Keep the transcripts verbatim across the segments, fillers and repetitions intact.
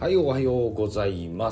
はい、おはようございます。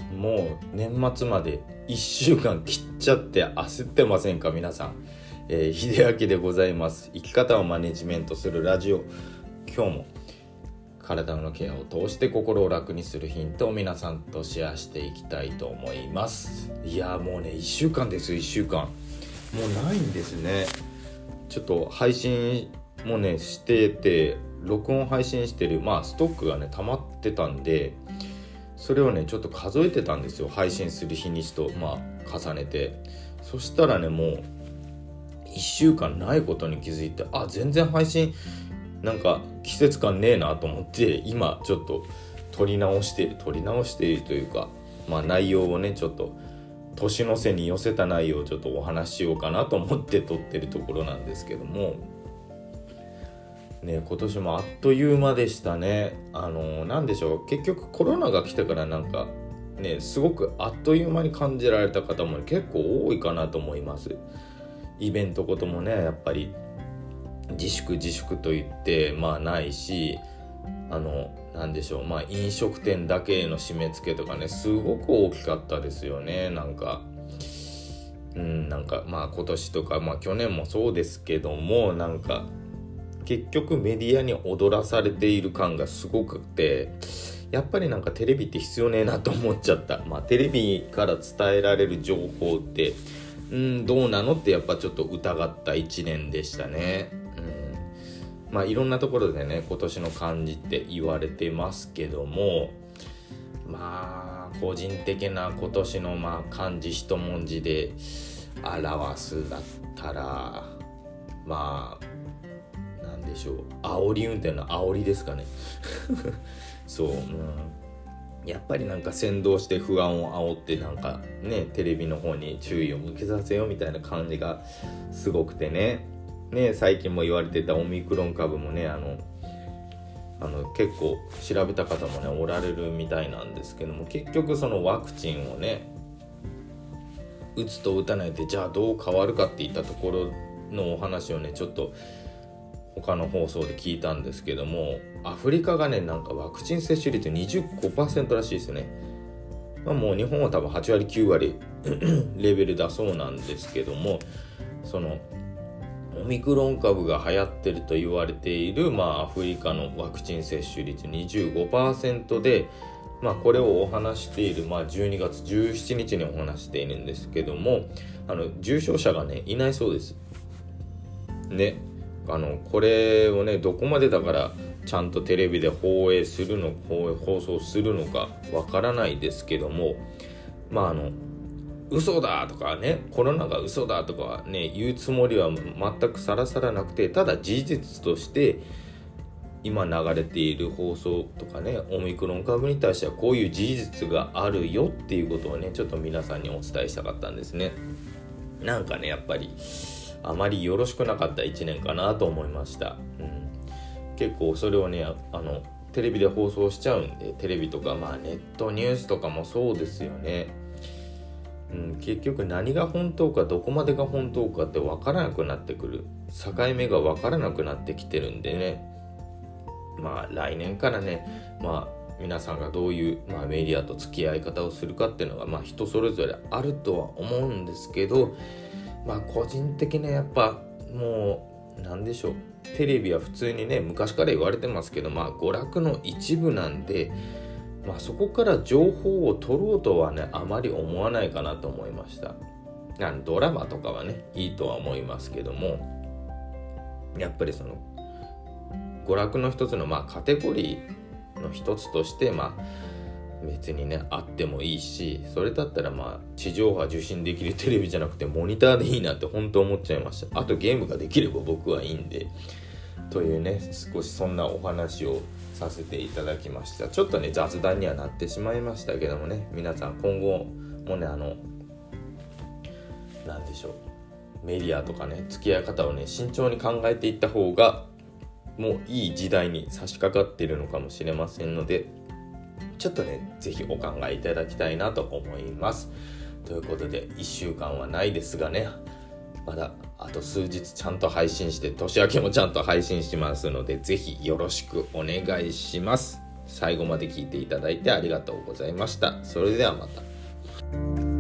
もう年末までいっしゅうかん切っちゃって焦ってませんか皆さん、えー、秀明でございます。生き方をマネジメントするラジオ、今日も体のケアを通して心を楽にするヒントを皆さんとシェアしていきたいと思います。いやもうねいっしゅうかんですよ。いっしゅうかんもうないんですね。ちょっと配信もねしてて、録音配信してるまあストックがね溜まってたんで、それをねちょっと数えてたんですよ。配信する日にちとまあ重ねて、そしたらねもういっしゅうかんないことに気づいて、あ全然配信なんか季節感ねえなと思って、今ちょっと撮り直してる撮り直しているというか、まあ内容をねちょっと年の瀬に寄せた内容をちょっとお話ししようかなと思って撮ってるところなんですけどもね、今年もあっという間でしたね。あのなんでしょう、結局コロナが来てからなんかねすごくあっという間に感じられた方も結構多いかなと思います。イベントこともねやっぱり自粛自粛と言ってまあないし、あのなんでしょう、まあ飲食店だけへの締め付けとかねすごく大きかったですよね。なんかうんなんかまあ今年とかまあ去年もそうですけども、なんか結局メディアに踊らされている感がすごくて、やっぱりなんかテレビって必要ねえなと思っちゃった。まあテレビから伝えられる情報ってうんどうなのってやっぱちょっと疑ったいちねんでしたね。うんまあいろんなところでね今年の漢字って言われてますけども、まあ個人的な今年のまあ漢字一文字で表すだったらまあでしょう煽り運転の煽りですかねそう、うん、やっぱりなんか先導して不安を煽ってなんかねテレビの方に注意を向けさせようみたいな感じがすごくてねね最近も言われてたオミクロン株もねあのあの結構調べた方もねおられるみたいなんですけども、結局そのワクチンをね打つと打たないでじゃあどう変わるかっていったところのお話をねちょっと他の放送で聞いたんですけども、アフリカがねなんかワクチン接種率 にじゅうごパーセント らしいですよね。まあ、もう日本は多分はちわりきゅうわりレベルだそうなんですけども、そのオミクロン株が流行ってると言われている、まあ、アフリカのワクチン接種率 にじゅうごパーセント で、まあ、これをお話している、まあ、じゅうにがつじゅうしちにちにお話しているんですけども、あの重症者がねいないそうですね。あのこれをねどこまでだからちゃんとテレビで放映するの放放送するのかわからないですけども、まああの嘘だとかねコロナが嘘だとかね言うつもりは全くさらさらなくて、ただ事実として今流れている放送とかねオミクロン株に対してはこういう事実があるよっていうことをねちょっと皆さんにお伝えしたかったんですね。なんかねやっぱりあまりよろしくなかったいちねんかなと思いました、うん、結構それをねあのテレビで放送しちゃうんで、テレビとかまあネットニュースとかもそうですよね、うん、結局何が本当かどこまでが本当かって分からなくなってくる、境目が分からなくなってきてるんでね、まあ来年からねまあ皆さんがどういう、まあ、メディアと付き合い方をするかっていうのがまあ人それぞれあるとは思うんですけど、まあ個人的なやっぱもうなんでしょう、テレビは普通にね昔から言われてますけど、まあ娯楽の一部なんで、まあそこから情報を取ろうとはねあまり思わないかなと思いました。あのドラマとかはねいいとは思いますけども、やっぱりその娯楽の一つのまあカテゴリーの一つとしてまあ別にねあってもいいし、それだったらまあ地上波受信できるテレビじゃなくてモニターでいいなって本当思っちゃいました。あとゲームができれば僕はいいんでというね少しそんなお話をさせていただきました。ちょっとね雑談にはなってしまいましたけどもね、皆さん今後もねあのなんでしょうメディアとかね付き合い方をね慎重に考えていった方がもういい時代に差し掛かっているのかもしれませんので、ちょっとねぜひお考えいただきたいなと思います。ということでいっしゅうかんはないですがね、まだあと数日ちゃんと配信して年明けもちゃんと配信しますので、ぜひよろしくお願いします。 最後まで聞いていただいてありがとうございました。それではまた。